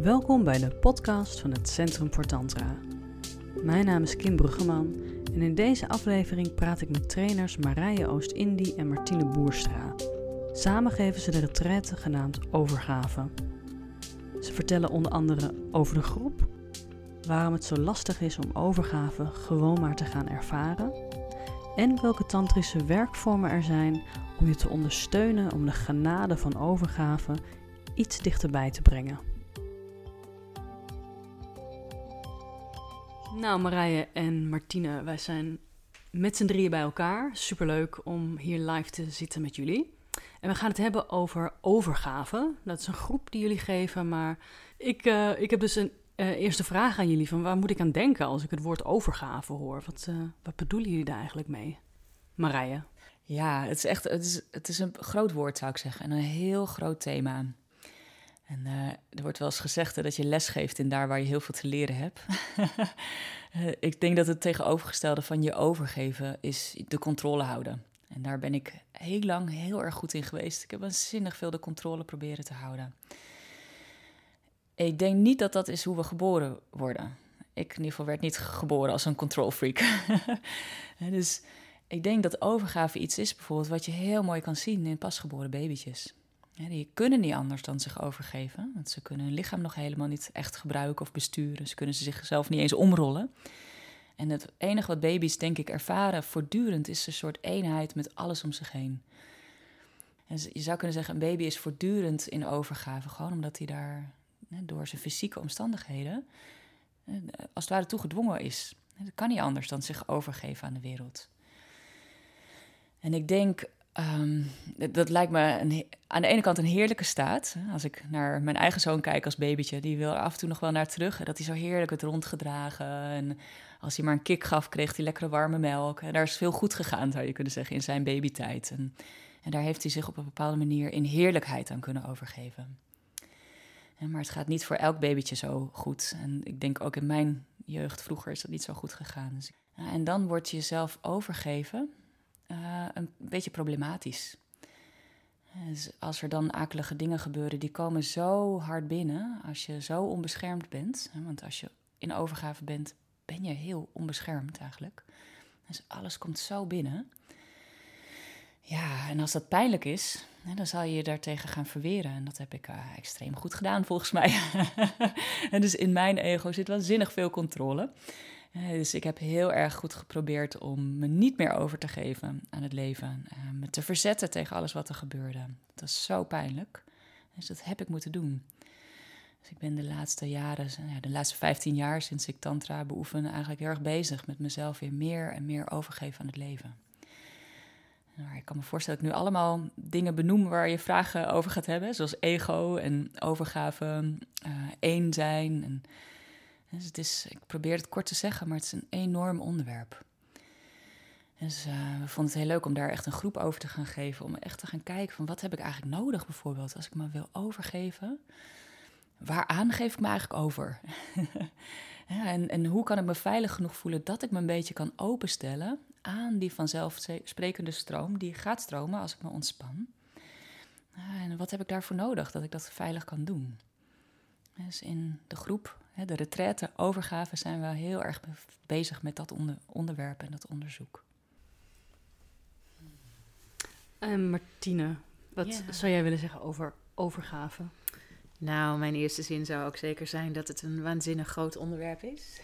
Welkom bij de podcast van het Centrum voor Tantra. Mijn naam is Kim Bruggeman en in deze aflevering praat ik met trainers Marije Oost-Indie en Martine Boerstra. Samen geven ze de retraite genaamd Overgave. Ze vertellen onder andere over de groep, waarom het zo lastig is om overgave gewoon maar te gaan ervaren en welke tantrische werkvormen er zijn om je te ondersteunen om de genade van overgave iets dichterbij te brengen. Nou, Marije en Martine, wij zijn met z'n drieën bij elkaar. Superleuk om hier live te zitten met jullie. En we gaan het hebben over overgave. Dat is een groep die jullie geven, maar ik heb dus een eerste vraag aan jullie. Van waar moet ik aan denken als ik het woord overgave hoor? Wat bedoelen jullie daar eigenlijk mee? Marije? Ja, het is een groot woord, zou ik zeggen. En een heel groot thema. En er wordt wel eens gezegd dat je les geeft in daar waar je heel veel te leren hebt. Ik denk dat het tegenovergestelde van je overgeven is de controle houden. En daar ben ik heel lang heel erg goed in geweest. Ik heb waanzinnig veel de controle proberen te houden. Ik denk niet dat dat is hoe we geboren worden. Ik in ieder geval werd niet geboren als een control freak. Dus ik denk dat overgave iets is bijvoorbeeld wat je heel mooi kan zien in pasgeboren babytjes. Die kunnen niet anders dan zich overgeven. Want ze kunnen hun lichaam nog helemaal niet echt gebruiken of besturen. Ze kunnen zichzelf niet eens omrollen. En het enige wat baby's, denk ik, ervaren voortdurend is een soort eenheid met alles om zich heen. En je zou kunnen zeggen, een baby is voortdurend in overgave. Gewoon omdat hij daar door zijn fysieke omstandigheden als het ware toe gedwongen is. Dat kan niet anders dan zich overgeven aan de wereld. En ik denk, dat lijkt me aan de ene kant een heerlijke staat. Als ik naar mijn eigen zoon kijk als babytje, die wil er af en toe nog wel naar terug. Dat hij zo heerlijk werd rondgedragen. En als hij maar een kick gaf, kreeg hij lekkere warme melk. En daar is veel goed gegaan, zou je kunnen zeggen, in zijn babytijd. En daar heeft hij zich op een bepaalde manier in heerlijkheid aan kunnen overgeven. Maar het gaat niet voor elk babytje zo goed. En ik denk ook in mijn jeugd vroeger is dat niet zo goed gegaan. Dus, en dan wordt je jezelf overgeven een beetje problematisch. Dus als er dan akelige dingen gebeuren, die komen zo hard binnen als je zo onbeschermd bent. Want als je in overgave bent, ben je heel onbeschermd eigenlijk. Dus alles komt zo binnen. Ja, en als dat pijnlijk is, dan zal je je daartegen gaan verweren. En dat heb ik extreem goed gedaan, volgens mij. En dus in mijn ego zit waanzinnig veel controle. Dus ik heb heel erg goed geprobeerd om me niet meer over te geven aan het leven. Me te verzetten tegen alles wat er gebeurde. Dat was zo pijnlijk. Dus dat heb ik moeten doen. Dus ik ben de laatste jaren, de laatste 15 jaar sinds ik tantra beoefen, eigenlijk heel erg bezig met mezelf weer meer en meer overgeven aan het leven. Nou, ik kan me voorstellen dat ik nu allemaal dingen benoem waar je vragen over gaat hebben. Zoals ego en overgave, één zijn. En, dus ik probeer het kort te zeggen, maar het is een enorm onderwerp. Dus we vonden het heel leuk om daar echt een groep over te gaan geven. Om echt te gaan kijken van wat heb ik eigenlijk nodig bijvoorbeeld. Als ik me wil overgeven, waaraan geef ik me eigenlijk over? En hoe kan ik me veilig genoeg voelen dat ik me een beetje kan openstellen aan die vanzelfsprekende stroom die gaat stromen als ik me ontspan. En wat heb ik daarvoor nodig, dat ik dat veilig kan doen? Dus in de groep, de retraite overgave, zijn we heel erg bezig met dat onderwerp en dat onderzoek. Martine, wat zou jij willen zeggen over overgave? Nou, mijn eerste zin zou ook zeker zijn dat het een waanzinnig groot onderwerp is.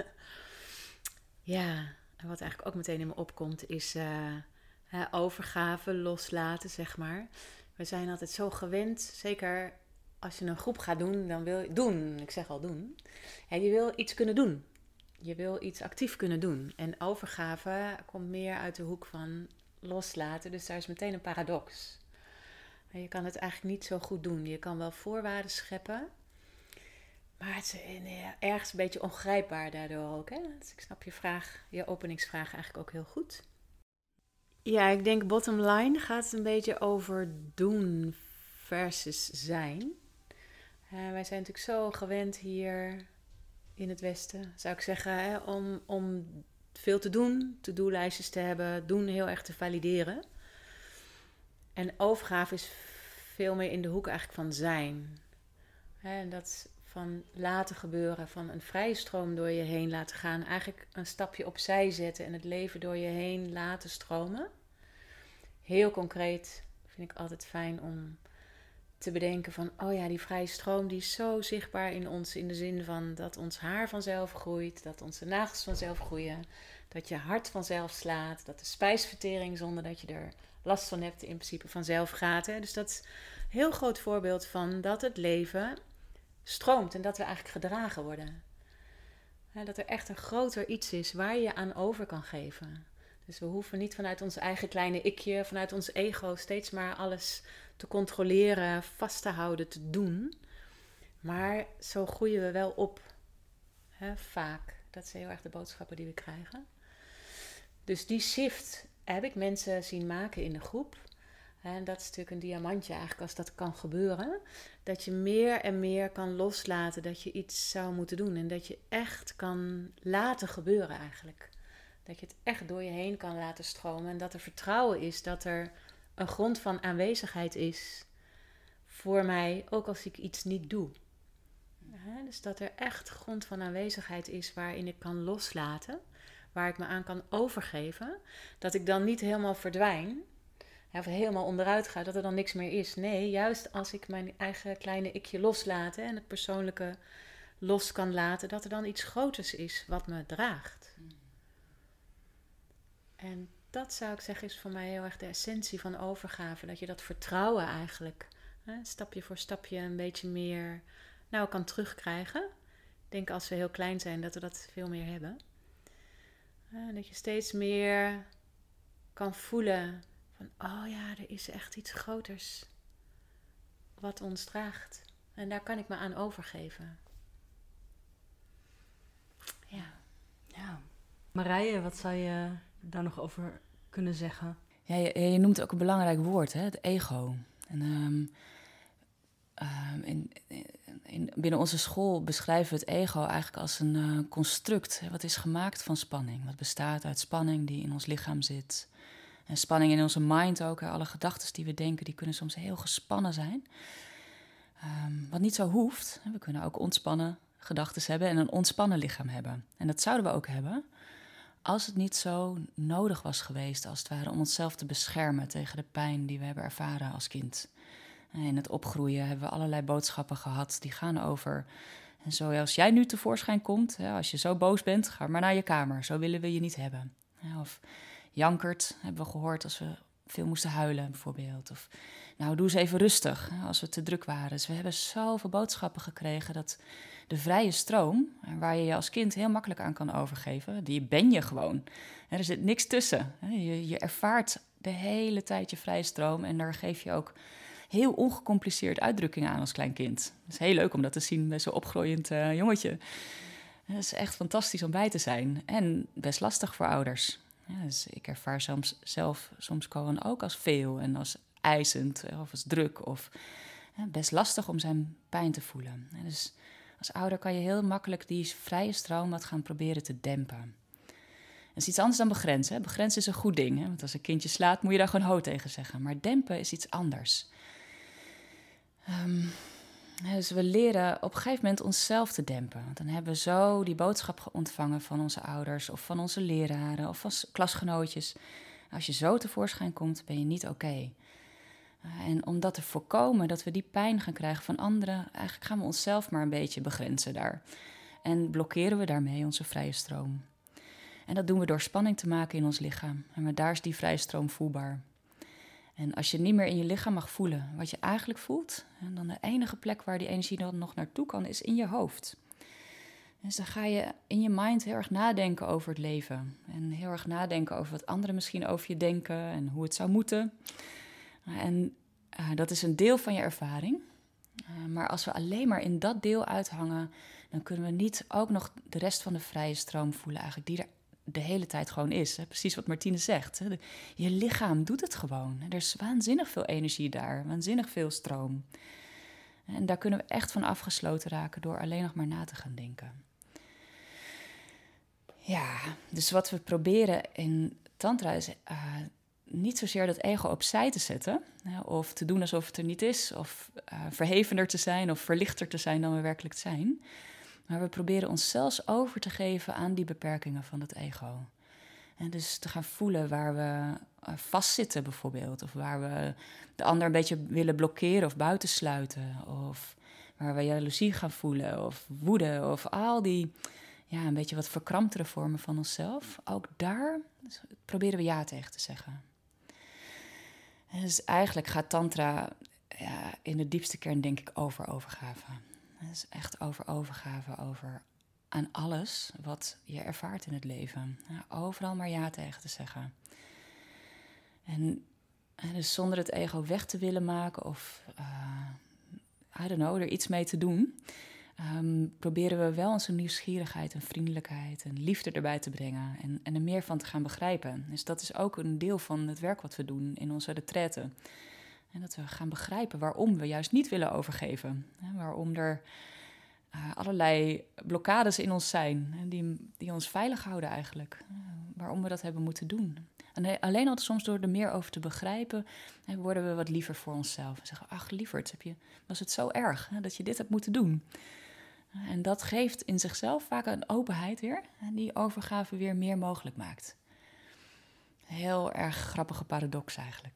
Ja, en wat eigenlijk ook meteen in me opkomt is overgave, loslaten, zeg maar. We zijn altijd zo gewend, zeker als je een groep gaat doen, dan wil je doen. Ik zeg al doen. Ja, je wil iets kunnen doen. Je wil iets actief kunnen doen. En overgave komt meer uit de hoek van loslaten. Dus daar is meteen een paradox. Je kan het eigenlijk niet zo goed doen. Je kan wel voorwaarden scheppen. Maar het is ergens een beetje ongrijpbaar daardoor ook. Hè? Dus ik snap je openingsvraag eigenlijk ook heel goed. Ja, ik denk bottom line gaat het een beetje over doen versus zijn. Wij zijn natuurlijk zo gewend hier in het Westen, zou ik zeggen, om veel te doen, to-do-lijstjes te hebben, doen heel erg te valideren. En overgave is veel meer in de hoek eigenlijk van zijn. En dat van laten gebeuren, van een vrije stroom door je heen laten gaan. Eigenlijk een stapje opzij zetten en het leven door je heen laten stromen. Heel concreet vind ik altijd fijn om te bedenken van, oh ja, die vrije stroom die is zo zichtbaar in ons, in de zin van dat ons haar vanzelf groeit, dat onze nagels vanzelf groeien, dat je hart vanzelf slaat, dat de spijsvertering zonder dat je er last van hebt in principe vanzelf gaat. Hè? Dus dat is een heel groot voorbeeld van dat het leven stroomt en dat we eigenlijk gedragen worden. Dat er echt een groter iets is waar je je aan over kan geven. Dus we hoeven niet vanuit ons eigen kleine ikje, vanuit ons ego steeds maar alles te controleren, vast te houden, te doen. Maar zo groeien we wel op. Vaak. Dat zijn heel erg de boodschappen die we krijgen. Dus die shift heb ik mensen zien maken in de groep. En dat is natuurlijk een diamantje eigenlijk als dat kan gebeuren. Dat je meer en meer kan loslaten dat je iets zou moeten doen. En dat je echt kan laten gebeuren eigenlijk. Dat je het echt door je heen kan laten stromen. En dat er vertrouwen is dat er een grond van aanwezigheid is voor mij, ook als ik iets niet doe. Dus dat er echt grond van aanwezigheid is waarin ik kan loslaten. Waar ik me aan kan overgeven. Dat ik dan niet helemaal verdwijn. Of helemaal onderuit ga, dat er dan niks meer is. Nee, juist als ik mijn eigen kleine ikje loslaat en het persoonlijke los kan laten, dat er dan iets groters is wat me draagt. En dat zou ik zeggen is voor mij heel erg de essentie van overgave. Dat je dat vertrouwen eigenlijk stapje voor stapje een beetje meer kan terugkrijgen. Ik denk als we heel klein zijn dat we dat veel meer hebben. Dat je steeds meer kan voelen van, oh ja, er is echt iets groters wat ons draagt. En daar kan ik me aan overgeven. Ja. Marije, wat zou je daar nog over kunnen zeggen? Ja, je noemt ook een belangrijk woord, hè? Het ego. En binnen onze school beschrijven we het ego eigenlijk als een construct. Wat is gemaakt van spanning. Wat bestaat uit spanning die in ons lichaam zit. En spanning in onze mind ook. Hè? Alle gedachten die we denken, die kunnen soms heel gespannen zijn. Wat niet zo hoeft. We kunnen ook ontspannen gedachten hebben en een ontspannen lichaam hebben. En dat zouden we ook hebben als het niet zo nodig was geweest, als het ware, om onszelf te beschermen tegen de pijn die we hebben ervaren als kind. In het opgroeien hebben we allerlei boodschappen gehad die gaan over. En zoals jij nu tevoorschijn komt, als je zo boos bent, ga maar naar je kamer. Zo willen we je niet hebben. Of jankert, hebben we gehoord als we veel moesten huilen bijvoorbeeld. Of nou, doe eens even rustig als we te druk waren. Dus we hebben zoveel boodschappen gekregen dat de vrije stroom, waar je je als kind heel makkelijk aan kan overgeven, die ben je gewoon. Er zit niks tussen. Je ervaart de hele tijd je vrije stroom en daar geef je ook heel ongecompliceerd uitdrukking aan als klein kind. Het is heel leuk om dat te zien bij zo'n opgroeiend jongetje. Het is echt fantastisch om bij te zijn en best lastig voor ouders. Dus ik ervaar soms Cohen ook als veel en als eisend of als druk of best lastig om zijn pijn te voelen. Dus als ouder kan je heel makkelijk die vrije stroom wat gaan proberen te dempen. Dat is iets anders dan begrenzen. Begrenzen is een goed ding, want als een kindje slaat moet je daar gewoon ho tegen zeggen. Maar dempen is iets anders. Dus we leren op een gegeven moment onszelf te dempen. Want dan hebben we zo die boodschap ontvangen van onze ouders of van onze leraren of van klasgenootjes. Als je zo tevoorschijn komt, ben je niet oké. En om dat te voorkomen, dat we die pijn gaan krijgen van anderen, eigenlijk gaan we onszelf maar een beetje begrenzen daar. En blokkeren we daarmee onze vrije stroom. En dat doen we door spanning te maken in ons lichaam. En daar is die vrije stroom voelbaar. En als je niet meer in je lichaam mag voelen wat je eigenlijk voelt, dan de enige plek waar die energie dan nog naartoe kan, is in je hoofd. Dus dan ga je in je mind heel erg nadenken over het leven. En heel erg nadenken over wat anderen misschien over je denken en hoe het zou moeten. En dat is een deel van je ervaring. Maar als we alleen maar in dat deel uithangen, dan kunnen we niet ook nog de rest van de vrije stroom voelen eigenlijk, die er de hele tijd gewoon is. Precies wat Martine zegt. Je lichaam doet het gewoon. Er is waanzinnig veel energie daar, waanzinnig veel stroom. En daar kunnen we echt van afgesloten raken door alleen nog maar na te gaan denken. Ja, dus wat we proberen in Tantra is niet zozeer dat ego opzij te zetten, of te doen alsof het er niet is, of verhevener te zijn of verlichter te zijn dan we werkelijk zijn. Maar we proberen ons zelfs over te geven aan die beperkingen van het ego. En dus te gaan voelen waar we vastzitten bijvoorbeeld, of waar we de ander een beetje willen blokkeren of buitensluiten, of waar we jaloezie gaan voelen of woede of al die een beetje wat verkramptere vormen van onszelf. Ook daar proberen we ja tegen te zeggen. En dus eigenlijk gaat tantra in de diepste kern denk ik over overgave. Het is echt over overgave, over aan alles wat je ervaart in het leven. Overal maar ja tegen te zeggen. En dus zonder het ego weg te willen maken of er iets mee te doen, proberen we wel onze nieuwsgierigheid en vriendelijkheid en liefde erbij te brengen en er meer van te gaan begrijpen. Dus dat is ook een deel van het werk wat we doen in onze retraite. En dat we gaan begrijpen waarom we juist niet willen overgeven. Waarom er allerlei blokkades in ons zijn die ons veilig houden eigenlijk. Waarom we dat hebben moeten doen. En alleen al soms door er meer over te begrijpen, worden we wat liever voor onszelf. En zeggen, ach lieverd, was het zo erg dat je dit hebt moeten doen. En dat geeft in zichzelf vaak een openheid weer, die overgave weer meer mogelijk maakt. Heel erg grappige paradox eigenlijk.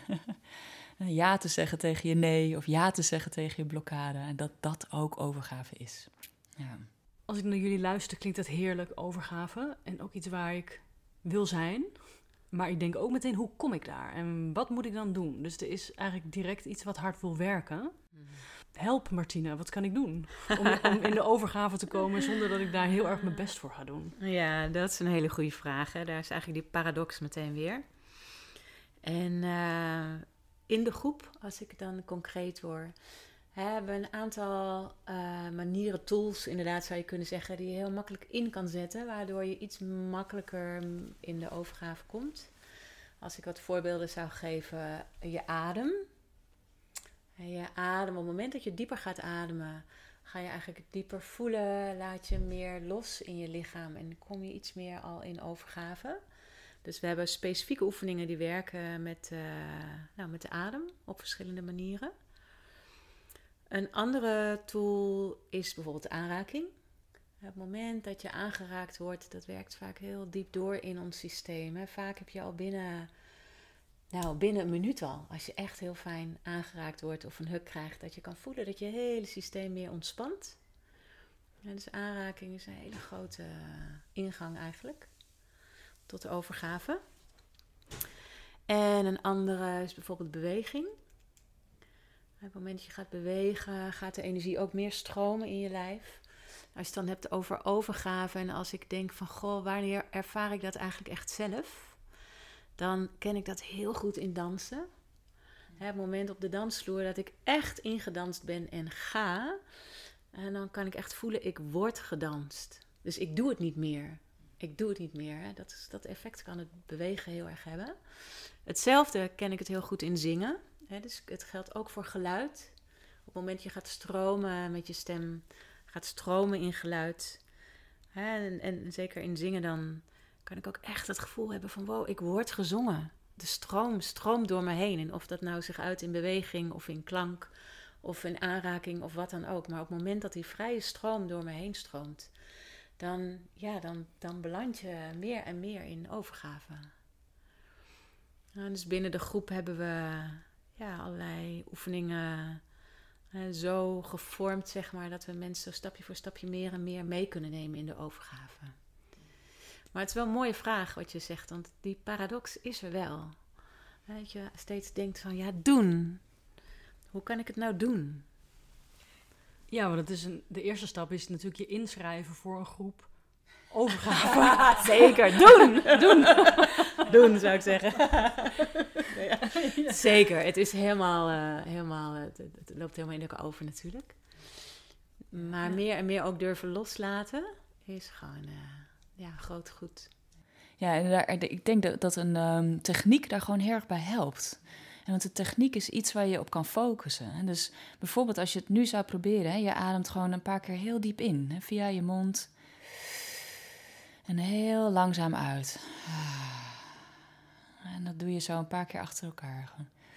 Ja te zeggen tegen je nee of ja te zeggen tegen je blokkade. En dat ook overgave is. Ja. Als ik naar jullie luister, klinkt dat heerlijk, overgave. En ook iets waar ik wil zijn. Maar ik denk ook meteen, hoe kom ik daar? En wat moet ik dan doen? Dus er is eigenlijk direct iets wat hard wil werken. Help Martina, wat kan ik doen? Om in de overgave te komen zonder dat ik daar heel erg mijn best voor ga doen. Ja, dat is een hele goede vraag. Hè? Daar is eigenlijk die paradox meteen weer. En in de groep, als ik dan concreet word, hebben we een aantal manieren, tools inderdaad zou je kunnen zeggen, die je heel makkelijk in kan zetten, waardoor je iets makkelijker in de overgave komt. Als ik wat voorbeelden zou geven, je adem. Je adem, op het moment dat je dieper gaat ademen, ga je eigenlijk dieper voelen, laat je meer los in je lichaam en kom je iets meer al in overgave. Dus we hebben specifieke oefeningen die werken met de adem op verschillende manieren. Een andere tool is bijvoorbeeld de aanraking. Op het moment dat je aangeraakt wordt, dat werkt vaak heel diep door in ons systeem. Hè. Vaak heb je al binnen een minuut al, als je echt heel fijn aangeraakt wordt of een huk krijgt, dat je kan voelen dat je hele systeem meer ontspant. Ja, dus aanraking is een hele grote ingang eigenlijk tot de overgave. En een andere is bijvoorbeeld beweging. Op het moment dat je gaat bewegen, gaat de energie ook meer stromen in je lijf. Als je het dan hebt over overgave en als ik denk van, goh, wanneer ervaar ik dat eigenlijk echt zelf? Dan ken ik dat heel goed in dansen. Het moment op de dansvloer dat ik echt ingedanst ben en ga. En dan kan ik echt voelen, ik word gedanst. Dus ik doe het niet meer. Hè. Dat effect kan het bewegen heel erg hebben. Hetzelfde ken ik het heel goed in zingen. Hè. Dus het geldt ook voor geluid. Op het moment dat je gaat stromen met je stem, gaat stromen in geluid. Hè. En zeker in zingen dan kan ik ook echt het gevoel hebben van, wow, ik word gezongen. De stroom stroomt door me heen. En of dat nou zich uit in beweging of in klank of in aanraking of wat dan ook. Maar op het moment dat die vrije stroom door me heen stroomt, dan beland je meer en meer in overgave. Dus binnen de groep hebben we allerlei oefeningen zo gevormd, zeg maar, dat we mensen stapje voor stapje meer en meer mee kunnen nemen in de overgave. Maar het is wel een mooie vraag wat je zegt, want die paradox is er wel. Dat je steeds denkt van, doen. Hoe kan ik het nou doen? Ja, want de eerste stap is natuurlijk je inschrijven voor een groep overgave. Zeker, doen zou ik zeggen. Ja. Zeker, het is helemaal het loopt helemaal in elkaar over natuurlijk. Maar meer en meer ook durven loslaten is gewoon groot goed. Ja, en ik denk dat een techniek daar gewoon heel erg bij helpt. En want de techniek is iets waar je op kan focussen. En dus bijvoorbeeld als je het nu zou proberen, je ademt gewoon een paar keer heel diep in, via je mond. En heel langzaam uit. En dat doe je zo een paar keer achter elkaar.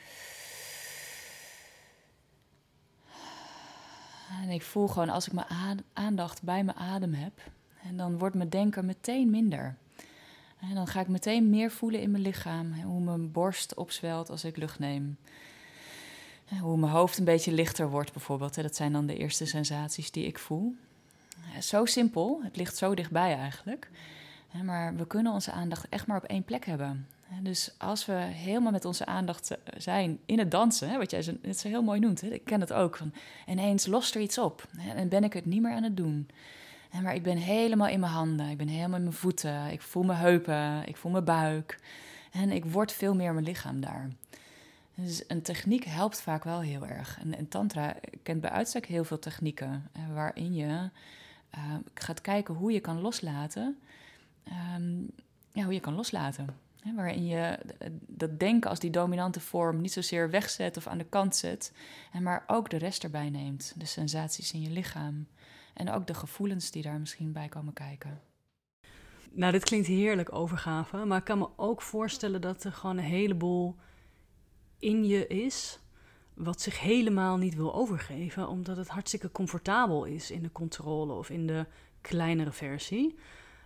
En ik voel gewoon als ik mijn aandacht bij mijn adem heb. En dan wordt mijn denken meteen minder. En dan ga ik meteen meer voelen in mijn lichaam. Hoe mijn borst opzwelt als ik lucht neem. Hoe mijn hoofd een beetje lichter wordt bijvoorbeeld. Dat zijn dan de eerste sensaties die ik voel. Zo simpel, het ligt zo dichtbij eigenlijk. Maar we kunnen onze aandacht echt maar op één plek hebben. Dus als we helemaal met onze aandacht zijn in het dansen, wat jij net zo heel mooi noemt, ik ken het ook. Ineens lost er iets op en ben ik het niet meer aan het doen. Maar ik ben helemaal in mijn handen, ik ben helemaal in mijn voeten, ik voel mijn heupen, ik voel mijn buik. En ik word veel meer mijn lichaam daar. Dus een techniek helpt vaak wel heel erg. En Tantra kent bij uitstek heel veel technieken waarin je gaat kijken hoe je kan loslaten. Hoe je kan loslaten. Waarin je dat denken als die dominante vorm niet zozeer wegzet of aan de kant zet, maar ook de rest erbij neemt. De sensaties in je lichaam. En ook de gevoelens die daar misschien bij komen kijken. Nou, dit klinkt heerlijk, overgave. Maar ik kan me ook voorstellen dat er gewoon een heleboel in je is wat zich helemaal niet wil overgeven, omdat het hartstikke comfortabel is in de controle of in de kleinere versie.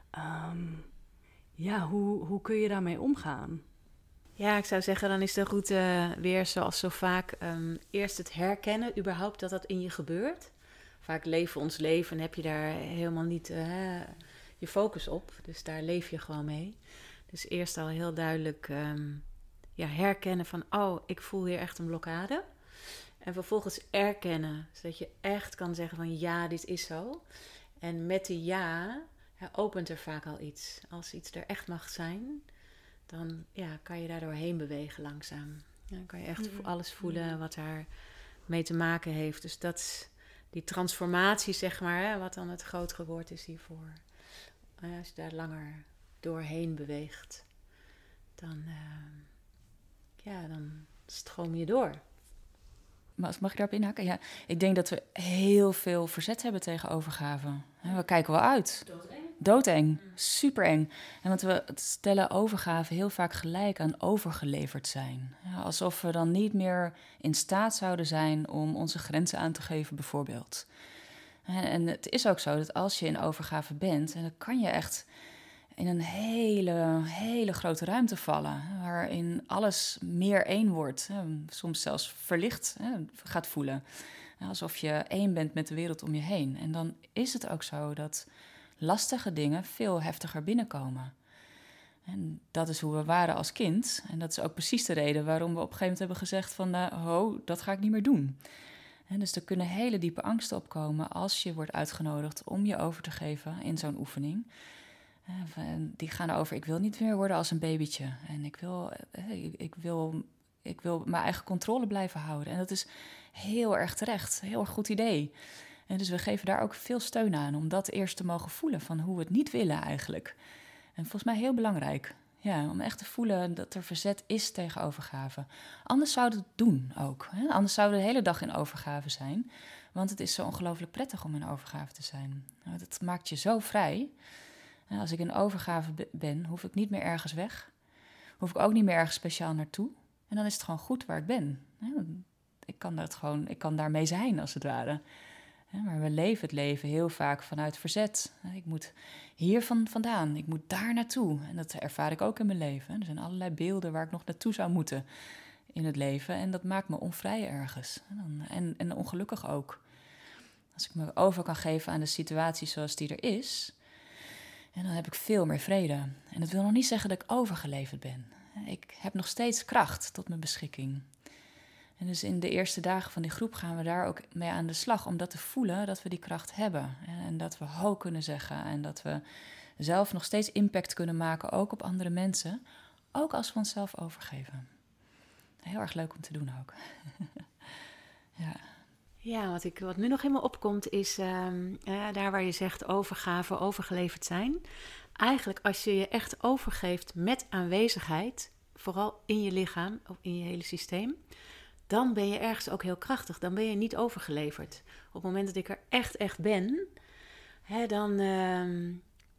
Hoe kun je daarmee omgaan? Ja, ik zou zeggen, dan is de route weer zoals zo vaak eerst het herkennen, überhaupt dat dat in je gebeurt. Vaak leven ons leven en heb je daar helemaal niet je focus op. Dus daar leef je gewoon mee. Dus eerst al heel duidelijk herkennen van, ik voel hier echt een blokkade. En vervolgens erkennen, zodat je echt kan zeggen van, ja, dit is zo. En met die opent er vaak al iets. Als iets er echt mag zijn, dan kan je daar doorheen bewegen langzaam. Dan kan je echt alles voelen wat daar mee te maken heeft. Dus dat is die transformatie, zeg maar, wat dan het grotere woord is hiervoor. Als je daar langer doorheen beweegt, dan stroom je door. Mag ik daarop inhaken? Ja, ik denk dat we heel veel verzet hebben tegen overgave. We kijken wel uit. Doodeng. Supereng. En want we stellen overgave heel vaak gelijk aan overgeleverd zijn. Alsof we dan niet meer in staat zouden zijn om onze grenzen aan te geven, bijvoorbeeld. En het is ook zo dat als je in overgave bent, en dan kan je echt in een hele grote ruimte vallen, waarin alles meer één wordt. Soms zelfs verlicht gaat voelen. Alsof je één bent met de wereld om je heen. En dan is het ook zo dat lastige dingen veel heftiger binnenkomen. En dat is hoe we waren als kind. En dat is ook precies de reden waarom we op een gegeven moment hebben gezegd van, dat ga ik niet meer doen. En dus er kunnen hele diepe angsten opkomen als je wordt uitgenodigd om je over te geven in zo'n oefening. Die gaan over, ik wil niet meer worden als een babytje. En ik wil mijn eigen controle blijven houden. En dat is heel erg terecht, een heel erg goed idee. En dus we geven daar ook veel steun aan om dat eerst te mogen voelen van hoe we het niet willen eigenlijk. En volgens mij heel belangrijk. Ja, om echt te voelen dat er verzet is tegen overgave. Anders zouden we het doen ook. Hè? Anders zouden we de hele dag in overgave zijn. Want het is zo ongelooflijk prettig om in overgave te zijn. Dat maakt je zo vrij. En als ik in overgave ben, hoef ik niet meer ergens weg. Hoef ik ook niet meer ergens speciaal naartoe. En dan is het gewoon goed waar ik ben. Ik kan daarmee zijn, als het ware. Maar we leven het leven heel vaak vanuit verzet. Ik moet hier vandaan, ik moet daar naartoe. En dat ervaar ik ook in mijn leven. Er zijn allerlei beelden waar ik nog naartoe zou moeten in het leven. En dat maakt me onvrij ergens. En ongelukkig ook. Als ik me over kan geven aan de situatie zoals die er is, en dan heb ik veel meer vrede. En dat wil nog niet zeggen dat ik overgeleverd ben. Ik heb nog steeds kracht tot mijn beschikking. En dus in de eerste dagen van die groep gaan we daar ook mee aan de slag, om dat te voelen dat we die kracht hebben. En dat we ho kunnen zeggen en dat we zelf nog steeds impact kunnen maken, ook op andere mensen. Ook als we onszelf overgeven. Heel erg leuk om te doen ook. Ja. Ja, wat nu nog helemaal opkomt is daar waar je zegt overgave, overgeleverd zijn. Eigenlijk als je je echt overgeeft met aanwezigheid, vooral in je lichaam of in je hele systeem, dan ben je ergens ook heel krachtig. Dan ben je niet overgeleverd. Op het moment dat ik er echt ben, dan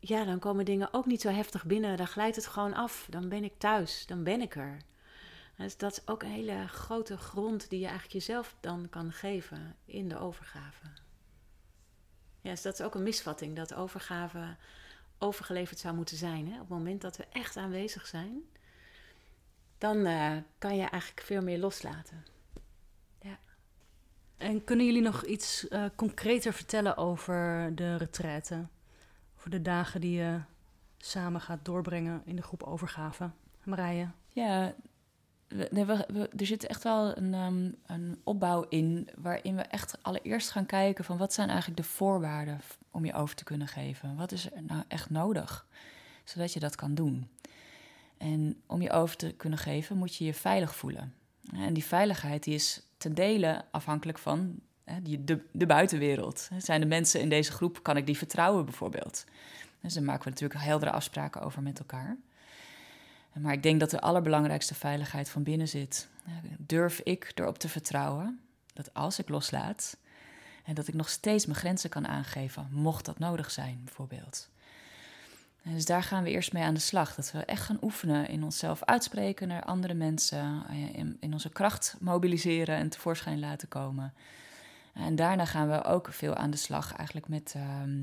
dan komen dingen ook niet zo heftig binnen. Dan glijdt het gewoon af. Dan ben ik thuis. Dan ben ik er. Dus dat is ook een hele grote grond die je eigenlijk jezelf dan kan geven in de overgave. Ja, dus dat is ook een misvatting, dat overgave overgeleverd zou moeten zijn. Hè? Op het moment dat we echt aanwezig zijn, dan kan je eigenlijk veel meer loslaten. Ja. En kunnen jullie nog iets concreter vertellen over de retraite? Over de dagen die je samen gaat doorbrengen in de groep overgave? Marije? Ja, er zit echt wel een opbouw in, waarin we echt allereerst gaan kijken van wat zijn eigenlijk de voorwaarden om je over te kunnen geven. Wat is er nou echt nodig, zodat je dat kan doen. En om je over te kunnen geven moet je je veilig voelen. En die veiligheid die is ten dele afhankelijk van de buitenwereld. Zijn de mensen in deze groep, kan ik die vertrouwen bijvoorbeeld? Dus daar maken we natuurlijk heldere afspraken over met elkaar. Maar ik denk dat de allerbelangrijkste veiligheid van binnen zit. Durf ik erop te vertrouwen dat als ik loslaat, en dat ik nog steeds mijn grenzen kan aangeven, mocht dat nodig zijn bijvoorbeeld. En dus daar gaan we eerst mee aan de slag. Dat we echt gaan oefenen in onszelf uitspreken naar andere mensen, in onze kracht mobiliseren en tevoorschijn laten komen. En daarna gaan we ook veel aan de slag eigenlijk met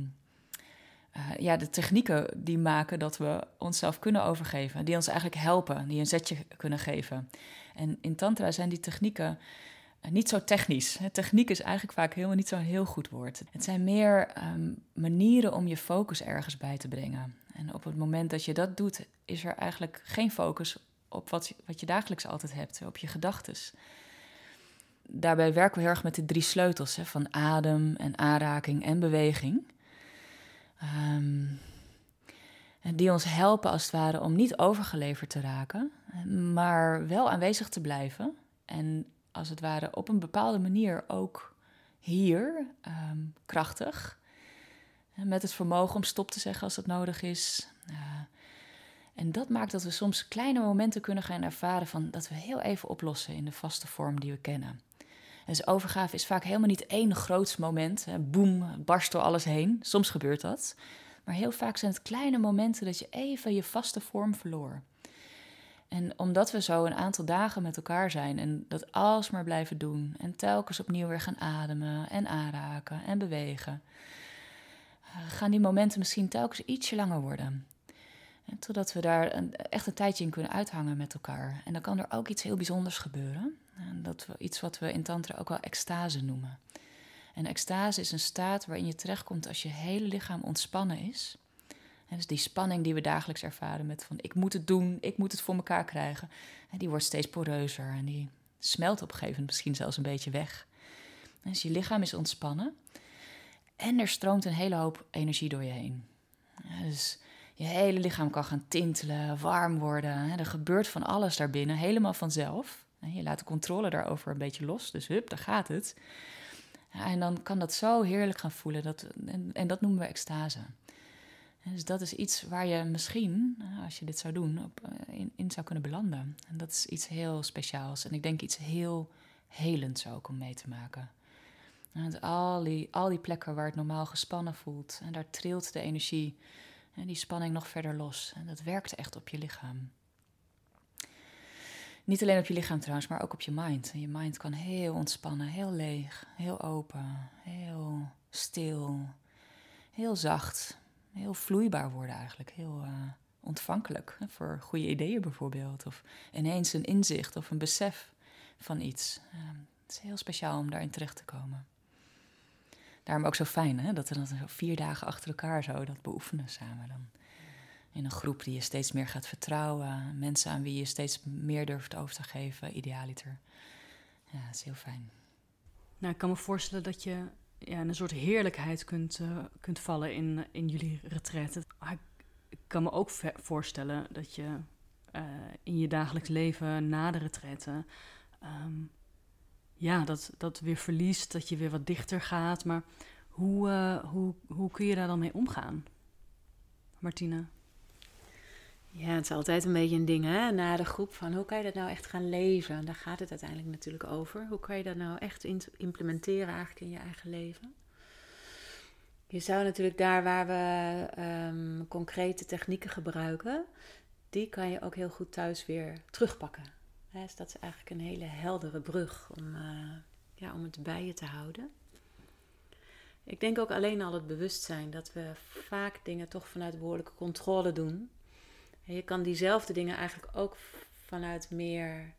de technieken die maken dat we onszelf kunnen overgeven. Die ons eigenlijk helpen, die een zetje kunnen geven. En in tantra zijn die technieken niet zo technisch. Techniek is eigenlijk vaak helemaal niet zo'n heel goed woord. Het zijn meer manieren om je focus ergens bij te brengen. En op het moment dat je dat doet, is er eigenlijk geen focus op wat je dagelijks altijd hebt, op je gedachtes. Daarbij werken we heel erg met de 3 sleutels, van adem en aanraking en beweging. Die ons helpen als het ware om niet overgeleverd te raken, maar wel aanwezig te blijven. En als het ware op een bepaalde manier ook hier krachtig. Met het vermogen om stop te zeggen als dat nodig is. En dat maakt dat we soms kleine momenten kunnen gaan ervaren van dat we heel even oplossen in de vaste vorm die we kennen. Dus overgave is vaak helemaal niet één groots moment. Boem, barst door alles heen. Soms gebeurt dat. Maar heel vaak zijn het kleine momenten dat je even je vaste vorm verloor. En omdat we zo een aantal dagen met elkaar zijn en dat alsmaar blijven doen en telkens opnieuw weer gaan ademen en aanraken en bewegen, gaan die momenten misschien telkens ietsje langer worden. En totdat we daar echt een tijdje in kunnen uithangen met elkaar. En dan kan er ook iets heel bijzonders gebeuren. En iets wat we in tantra ook wel extase noemen. En extase is een staat waarin je terechtkomt als je hele lichaam ontspannen is. En dus die spanning die we dagelijks ervaren met van ik moet het doen, ik moet het voor elkaar krijgen. En die wordt steeds poreuzer en die smelt op een gegeven moment misschien zelfs een beetje weg. En dus je lichaam is ontspannen en er stroomt een hele hoop energie door je heen. Ja, dus je hele lichaam kan gaan tintelen, warm worden. Er gebeurt van alles daarbinnen, helemaal vanzelf. Je laat de controle daarover een beetje los, dus hup, daar gaat het. Ja, en dan kan dat zo heerlijk gaan voelen. En dat noemen we extase. Dus dat is iets waar je misschien, als je dit zou doen, in zou kunnen belanden. En dat is iets heel speciaals. En ik denk iets heel helends ook om mee te maken. En al die plekken waar het normaal gespannen voelt. En daar trilt de energie en die spanning nog verder los. En dat werkt echt op je lichaam. Niet alleen op je lichaam trouwens, maar ook op je mind. En je mind kan heel ontspannen, heel leeg, heel open, heel stil, heel zacht, heel vloeibaar worden eigenlijk. Heel ontvankelijk voor goede ideeën bijvoorbeeld. Of ineens een inzicht of een besef van iets. Het is heel speciaal om daarin terecht te komen. Daarom ook zo fijn dat we dan 4 dagen achter elkaar zo dat beoefenen samen dan. In een groep die je steeds meer gaat vertrouwen. Mensen aan wie je steeds meer durft over te geven, idealiter. Ja, dat is heel fijn. Nou, ik kan me voorstellen dat je in een soort heerlijkheid kunt vallen in jullie retraite. Ik kan me ook voorstellen dat je in je dagelijks leven na de retraite dat weer verliest, dat je weer wat dichter gaat. Maar hoe kun je daar dan mee omgaan? Martine? Ja, het is altijd een beetje een ding, na de groep, van hoe kan je dat nou echt gaan leven? Daar gaat het uiteindelijk natuurlijk over. Hoe kan je dat nou echt implementeren eigenlijk in je eigen leven? Je zou natuurlijk daar waar we concrete technieken gebruiken, die kan je ook heel goed thuis weer terugpakken. Dus dat is eigenlijk een hele heldere brug om het bij je te houden. Ik denk ook alleen al het bewustzijn dat we vaak dingen toch vanuit behoorlijke controle doen. En je kan diezelfde dingen eigenlijk ook vanuit meer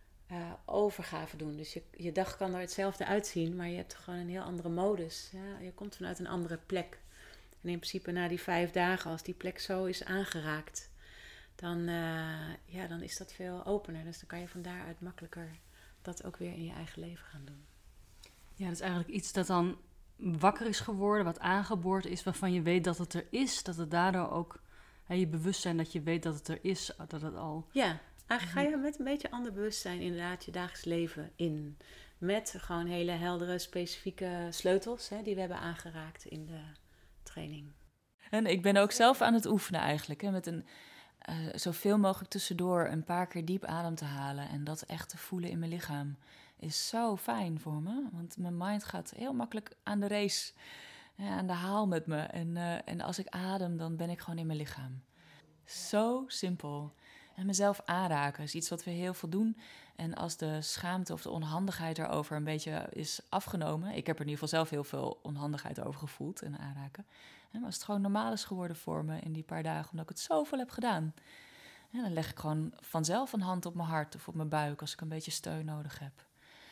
overgave doen. Dus je dag kan er hetzelfde uitzien, maar je hebt gewoon een heel andere modus. Ja? Je komt vanuit een andere plek. En in principe na die 5 dagen, als die plek zo is aangeraakt, dan is dat veel opener. Dus dan kan je van daaruit makkelijker dat ook weer in je eigen leven gaan doen. Ja, dat is eigenlijk iets dat dan wakker is geworden, wat aangeboord is, waarvan je weet dat het er is. Dat het daardoor ook, je bewustzijn dat je weet dat het er is, dat het al... Ja, eigenlijk ga je met een beetje ander bewustzijn inderdaad je dagelijks leven in. Met gewoon hele heldere, specifieke sleutels die we hebben aangeraakt in de training. En ik ben ook zelf aan het oefenen eigenlijk. Met zoveel mogelijk tussendoor een paar keer diep adem te halen. En dat echt te voelen in mijn lichaam is zo fijn voor me. Want mijn mind gaat heel makkelijk aan de race, aan de haal met me. En als ik adem, dan ben ik gewoon in mijn lichaam. Zo simpel. En mezelf aanraken is iets wat we heel veel doen. En als de schaamte of de onhandigheid erover een beetje is afgenomen... Ik heb er in ieder geval zelf heel veel onhandigheid over gevoeld en aanraken. Maar als het gewoon normaal is geworden voor me in die paar dagen, omdat ik het zoveel heb gedaan... dan leg ik gewoon vanzelf een hand op mijn hart of op mijn buik als ik een beetje steun nodig heb.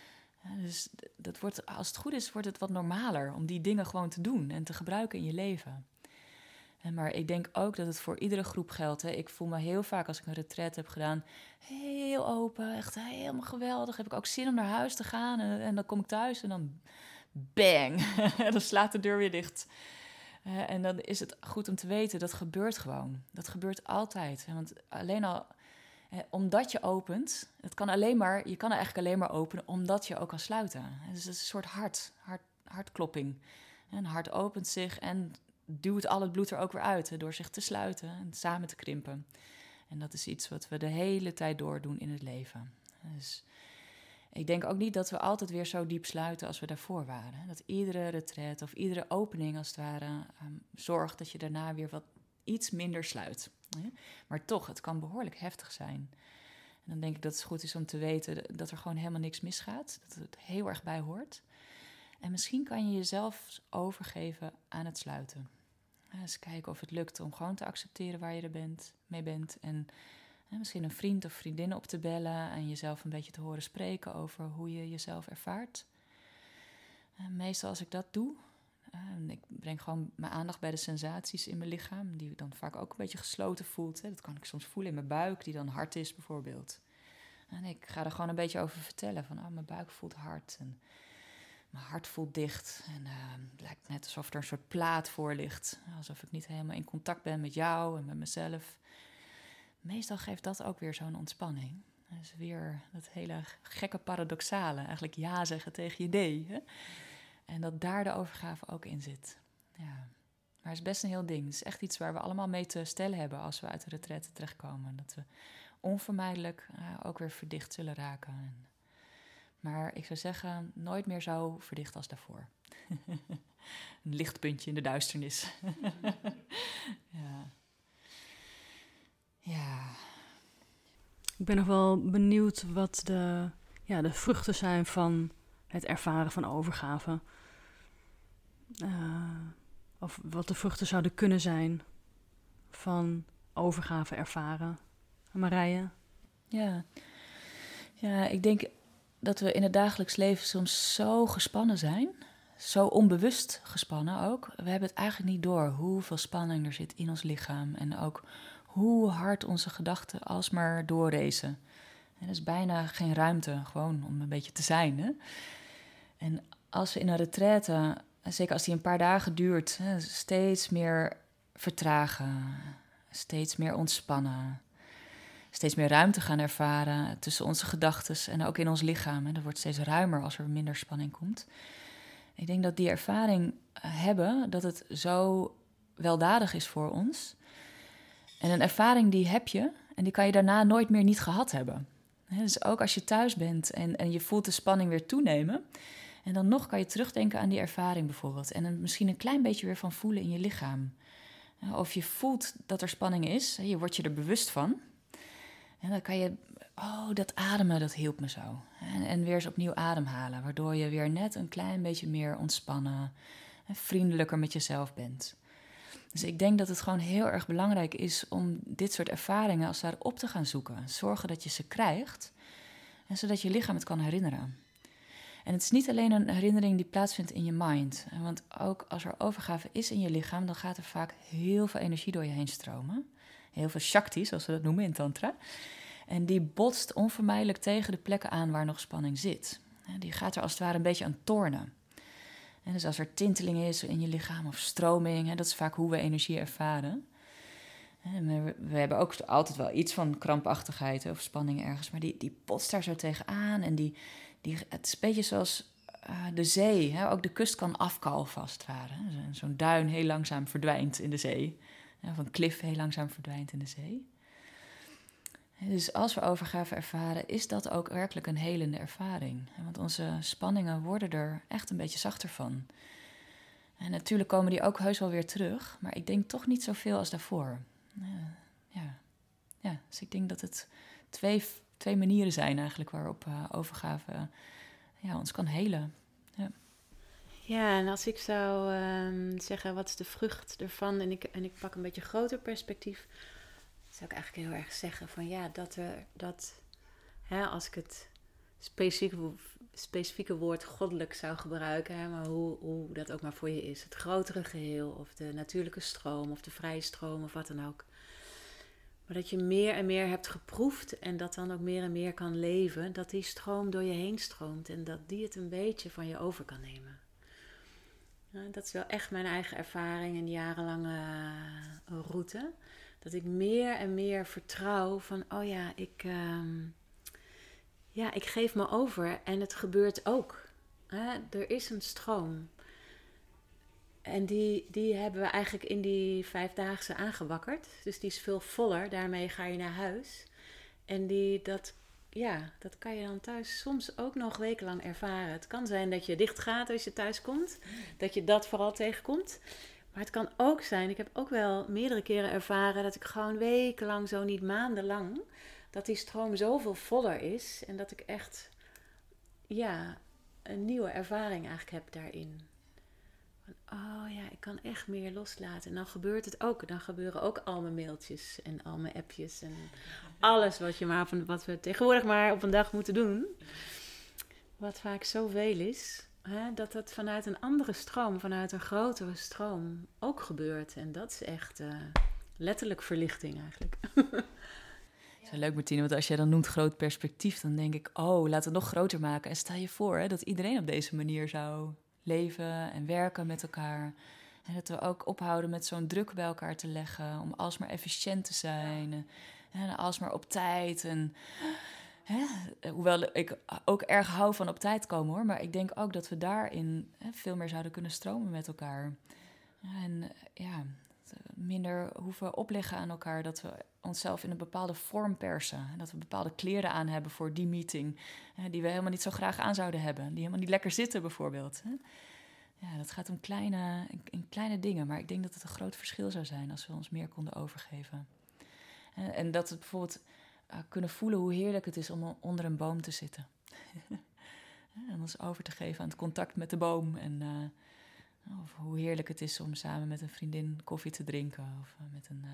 Dus dat wordt, als het goed is, wordt het wat normaler om die dingen gewoon te doen en te gebruiken in je leven. Maar ik denk ook dat het voor iedere groep geldt. Ik voel me heel vaak als ik een retraite heb gedaan heel open, echt helemaal geweldig. Heb ik ook zin om naar huis te gaan en dan kom ik thuis en dan bang, dan slaat de deur weer dicht. En dan is het goed om te weten, dat gebeurt gewoon. Dat gebeurt altijd. Want alleen al, omdat je opent, je kan er eigenlijk alleen maar openen omdat je ook kan sluiten. Dus het is een soort hartklopping. Een hart opent zich en duwt al het bloed er ook weer uit, door zich te sluiten en samen te krimpen. En dat is iets wat we de hele tijd door doen in het leven. Dus ik denk ook niet dat we altijd weer zo diep sluiten als we daarvoor waren. Dat iedere retraite of iedere opening als het ware zorgt dat je daarna weer iets minder sluit. Maar toch, het kan behoorlijk heftig zijn. En dan denk ik dat het goed is om te weten dat er gewoon helemaal niks misgaat. Dat het heel erg bij hoort. En misschien kan je jezelf overgeven aan het sluiten. Dus kijken of het lukt om gewoon te accepteren waar je mee bent. En misschien een vriend of vriendin op te bellen en jezelf een beetje te horen spreken over hoe je jezelf ervaart. Meestal als ik dat doe, ik breng gewoon mijn aandacht bij de sensaties in mijn lichaam, die dan vaak ook een beetje gesloten voelt. Dat kan ik soms voelen in mijn buik, die dan hard is bijvoorbeeld. En ik ga er gewoon een beetje over vertellen van, mijn buik voelt hard en mijn hart voelt dicht. En het lijkt net alsof er een soort plaat voor ligt. Alsof ik niet helemaal in contact ben met jou en met mezelf. Meestal geeft dat ook weer zo'n ontspanning. Dus weer dat hele gekke paradoxale. Eigenlijk ja zeggen tegen je nee. Hè? En dat daar de overgave ook in zit. Ja. Maar het is best een heel ding. Het is echt iets waar we allemaal mee te stellen hebben als we uit de retraite terechtkomen. Dat we onvermijdelijk ook weer verdicht zullen raken. Maar ik zou zeggen, nooit meer zo verdicht als daarvoor. Een lichtpuntje in de duisternis. Ja. Ja. Ik ben nog wel benieuwd wat de vruchten zijn van het ervaren van overgave. Of wat de vruchten zouden kunnen zijn van overgave ervaren. Marije? Ja, ik denk dat we in het dagelijks leven soms zo gespannen zijn. Zo onbewust gespannen ook. We hebben het eigenlijk niet door hoeveel spanning er zit in ons lichaam. En ook hoe hard onze gedachten alsmaar doorracen. Er is bijna geen ruimte gewoon om een beetje te zijn. Hè? En als we in een retraite, zeker als die een paar dagen duurt, steeds meer vertragen, steeds meer ontspannen, steeds meer ruimte gaan ervaren tussen onze gedachten en ook in ons lichaam. En dat wordt steeds ruimer als er minder spanning komt. Ik denk dat die ervaring hebben, dat het zo weldadig is voor ons. En een ervaring die heb je en die kan je daarna nooit meer niet gehad hebben. Dus ook als je thuis bent en je voelt de spanning weer toenemen, En dan nog kan je terugdenken aan die ervaring bijvoorbeeld. En misschien een klein beetje weer van voelen in je lichaam. Of je voelt dat er spanning is, je wordt je er bewust van. En dan kan je, dat ademen, dat hielp me zo. En weer eens opnieuw ademhalen, waardoor je weer net een klein beetje meer ontspannen en vriendelijker met jezelf bent. Dus ik denk dat het gewoon heel erg belangrijk is om dit soort ervaringen als daar op te gaan zoeken. Zorgen dat je ze krijgt, en zodat je lichaam het kan herinneren. En het is niet alleen een herinnering die plaatsvindt in je mind. Want ook als er overgave is in je lichaam, dan gaat er vaak heel veel energie door je heen stromen. Heel veel shakti, zoals we dat noemen in tantra. En die botst onvermijdelijk tegen de plekken aan waar nog spanning zit. Die gaat er als het ware een beetje aan tornen. En dus als er tinteling is in je lichaam of stroming, dat is vaak hoe we energie ervaren. We hebben ook altijd wel iets van krampachtigheid of spanning ergens, maar die botst daar zo tegenaan. En het is een beetje zoals de zee, ook de kust kan afkalven als het ware. Zo'n duin heel langzaam verdwijnt in de zee. Of een klif heel langzaam verdwijnt in de zee. Dus als we overgave ervaren, is dat ook werkelijk een helende ervaring. Want onze spanningen worden er echt een beetje zachter van. En natuurlijk komen die ook heus wel weer terug, maar ik denk toch niet zoveel als daarvoor. Dus ik denk dat het twee manieren zijn eigenlijk waarop overgave ons kan helen. Ja, en als ik zou zeggen, wat is de vrucht ervan? En ik pak een beetje groter perspectief, zou ik eigenlijk heel erg zeggen van als ik het specifieke woord goddelijk zou gebruiken, maar hoe dat ook maar voor je is. Het grotere geheel of de natuurlijke stroom of de vrije stroom of wat dan ook. Maar dat je meer en meer hebt geproefd en dat dan ook meer en meer kan leven, dat die stroom door je heen stroomt en dat die het een beetje van je over kan nemen. Dat is wel echt mijn eigen ervaring en jarenlange route. Dat ik meer en meer vertrouw van, ik geef me over en het gebeurt ook. Er is een stroom. En die hebben we eigenlijk in die 5-daagse aangewakkerd. Dus die is veel voller, daarmee ga je naar huis. En dat kan je dan thuis soms ook nog wekenlang ervaren. Het kan zijn dat je dicht gaat als je thuis komt. Dat je dat vooral tegenkomt. Maar het kan ook zijn, ik heb ook wel meerdere keren ervaren dat ik gewoon wekenlang, zo niet maandenlang, dat die stroom zoveel voller is. En dat ik echt, een nieuwe ervaring eigenlijk heb daarin. Van, ik kan echt meer loslaten. En dan gebeurt het ook. Dan gebeuren ook al mijn mailtjes en al mijn appjes en alles wat we tegenwoordig maar op een dag moeten doen. Wat vaak zoveel is. Dat dat vanuit een andere stroom, vanuit een grotere stroom ook gebeurt. En dat is echt letterlijk verlichting eigenlijk. Zo leuk, Martine, want als jij dan noemt groot perspectief, dan denk ik, laten we het nog groter maken. En stel je voor dat iedereen op deze manier zou leven en werken met elkaar. En dat we ook ophouden met zo'n druk bij elkaar te leggen, om alsmaar efficiënt te zijn en alsmaar op tijd. En hoewel ik ook erg hou van op tijd komen hoor, maar ik denk ook dat we daarin veel meer zouden kunnen stromen met elkaar. En minder hoeven opleggen aan elkaar, dat we onszelf in een bepaalde vorm persen. En dat we bepaalde kleren aan hebben voor die meeting, die we helemaal niet zo graag aan zouden hebben. Die helemaal niet lekker zitten bijvoorbeeld. Ja, dat gaat om kleine dingen, maar ik denk dat het een groot verschil zou zijn als we ons meer konden overgeven. En dat we bijvoorbeeld kunnen voelen hoe heerlijk het is om onder een boom te zitten. En ons over te geven aan het contact met de boom. En of hoe heerlijk het is om samen met een vriendin koffie te drinken. Of met een,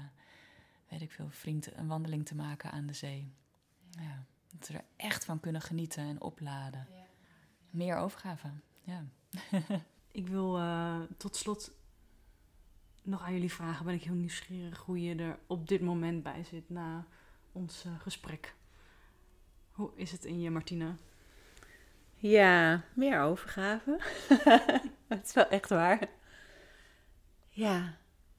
vriend een wandeling te maken aan de zee. Ja, dat we er echt van kunnen genieten en opladen. Ja. Meer overgave, ja. Ik wil tot slot nog aan jullie vragen. Ben ik heel nieuwsgierig hoe je er op dit moment bij zit na ons gesprek. Hoe is het in je, Martine? Ja, meer overgave. Het is wel echt waar. Ja.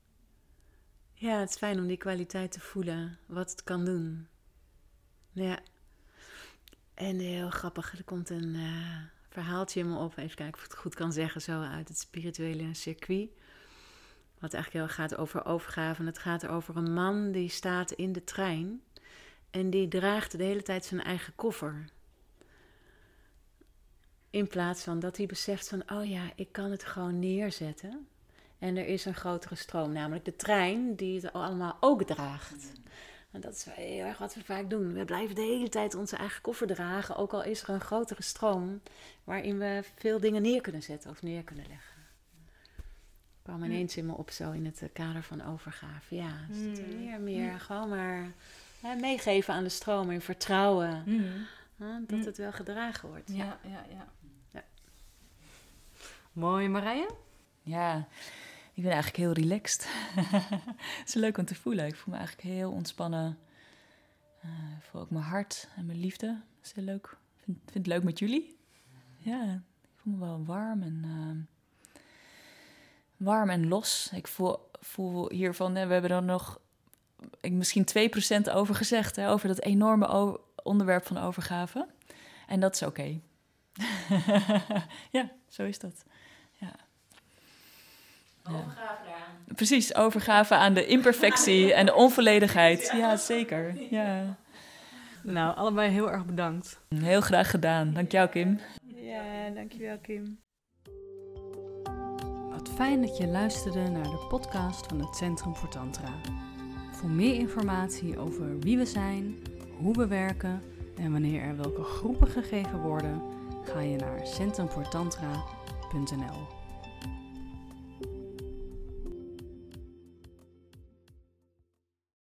Ja, het is fijn om die kwaliteit te voelen. Wat het kan doen. Ja. En heel grappig, er komt een verhaaltje in me op. Even kijken of ik het goed kan zeggen. Zo uit het spirituele circuit. Wat eigenlijk heel gaat over overgave. En het gaat over een man die staat in de trein. En die draagt de hele tijd zijn eigen koffer. In plaats van dat hij beseft van, oh ja, ik kan het gewoon neerzetten. En er is een grotere stroom, namelijk de trein die het allemaal ook draagt. En dat is heel erg wat we vaak doen. We blijven de hele tijd onze eigen koffer dragen, ook al is er een grotere stroom waarin we veel dingen neer kunnen zetten of neer kunnen leggen. Kwam ineens in me op zo in het kader van overgave. Ja, dus meer gewoon maar meegeven aan de stroom en vertrouwen dat het wel gedragen wordt. Ja. Mooi, Marije? Ja, ik ben eigenlijk heel relaxed. Het is leuk om te voelen. Ik voel me eigenlijk heel ontspannen. Ik voel ook mijn hart en mijn liefde. Dat is heel leuk. Ik vind het leuk met jullie. Ja, ik voel me wel warm en los. Ik voel hiervan, we hebben er nog misschien 2% over gezegd. Over dat enorme onderwerp van overgave. En dat is oké. Ja, zo is dat. Ja. Overgave daaraan. Precies, overgave aan de imperfectie en de onvolledigheid. Ja, zeker. Ja. Nou, allebei heel erg bedankt. Heel graag gedaan. Dank jou, Kim. Ja, dankjewel, Kim. Wat fijn dat je luisterde naar de podcast van het Centrum voor Tantra. Voor meer informatie over wie we zijn, hoe we werken en wanneer er welke groepen gegeven worden, ga je naar centrumvoortantra.nl.